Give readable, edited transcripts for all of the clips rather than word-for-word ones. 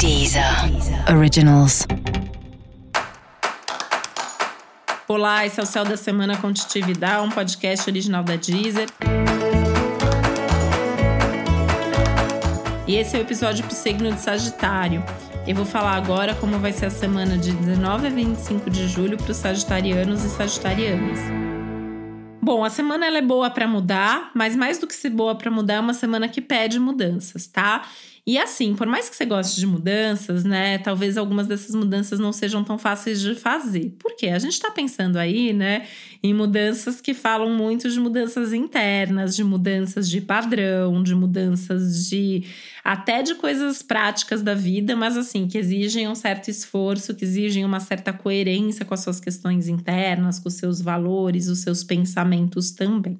Deezer Originals. Olá, esse é o Céu da Semana com Titi Vidal, um podcast original da Deezer. E esse é o episódio para o signo de Sagitário. Eu vou falar agora como vai ser a semana de 19 a 25 de julho para os sagitarianos e sagitarianas. Bom, a semana ela é boa para mudar, mas mais do que ser boa para mudar, é uma semana que pede mudanças, tá? E assim, por mais que você goste de mudanças, né, talvez algumas dessas mudanças não sejam tão fáceis de fazer. Por quê? A gente tá pensando aí, né, em mudanças que falam muito de mudanças internas, de mudanças de padrão, de mudanças até de coisas práticas da vida, mas assim, que exigem um certo esforço, que exigem uma certa coerência com as suas questões internas, com os seus valores, os seus pensamentos também.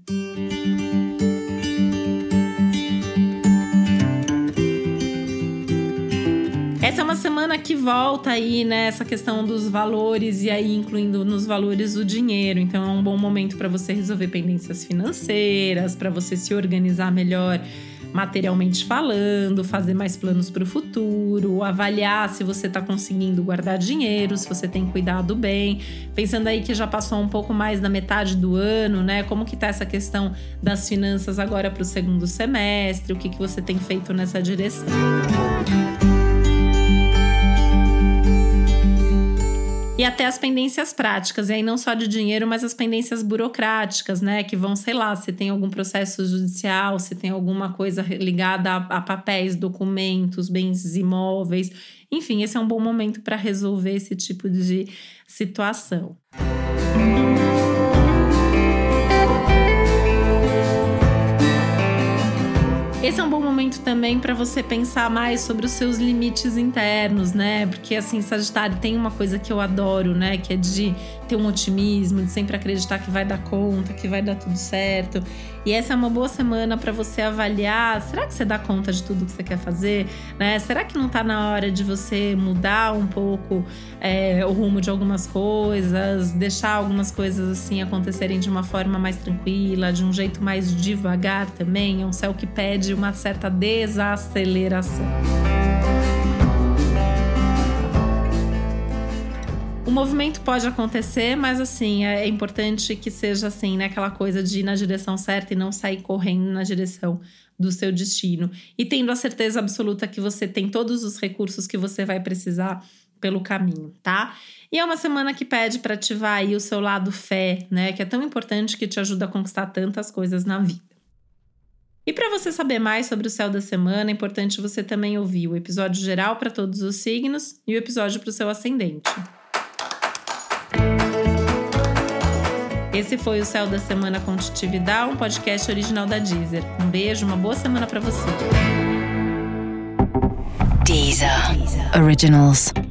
Essa é uma semana que volta aí, né, essa questão dos valores e aí incluindo nos valores o dinheiro. Então é um bom momento para você resolver pendências financeiras, para você se organizar melhor materialmente falando, fazer mais planos para o futuro, avaliar se você está conseguindo guardar dinheiro, se você tem cuidado bem. Pensando aí que já passou um pouco mais da metade do ano, né? Como que tá essa questão das finanças agora para o segundo semestre? O que você tem feito nessa direção? E até as pendências práticas, e aí não só de dinheiro, mas as pendências burocráticas, né? Que vão, sei lá, se tem algum processo judicial, se tem alguma coisa ligada a papéis, documentos, bens imóveis. Enfim, esse é um bom momento para resolver esse tipo de situação. Esse é um bom momento também para você pensar mais sobre os seus limites internos, né? Porque, assim, Sagitário tem uma coisa que eu adoro, né? Que é de ter um otimismo, de sempre acreditar que vai dar conta, que vai dar tudo certo. E essa é uma boa semana para você avaliar, será que você dá conta de tudo que você quer fazer? Né? Será que não tá na hora de você mudar um pouco o rumo de algumas coisas, deixar algumas coisas assim acontecerem de uma forma mais tranquila, de um jeito mais devagar também? É um céu que pede uma certa desaceleração. O movimento pode acontecer, mas assim, é importante que seja assim, né? Aquela coisa de ir na direção certa e não sair correndo na direção do seu destino. E tendo a certeza absoluta que você tem todos os recursos que você vai precisar pelo caminho, tá? E é uma semana que pede para ativar aí o seu lado fé, né? Que é tão importante, que te ajuda a conquistar tantas coisas na vida. E para você saber mais sobre o céu da semana, é importante você também ouvir o episódio geral para todos os signos e o episódio para o seu ascendente. Esse foi o Céu da Semana com Titi Vidal, um podcast original da Deezer. Um beijo, uma boa semana para você. Deezer Originals.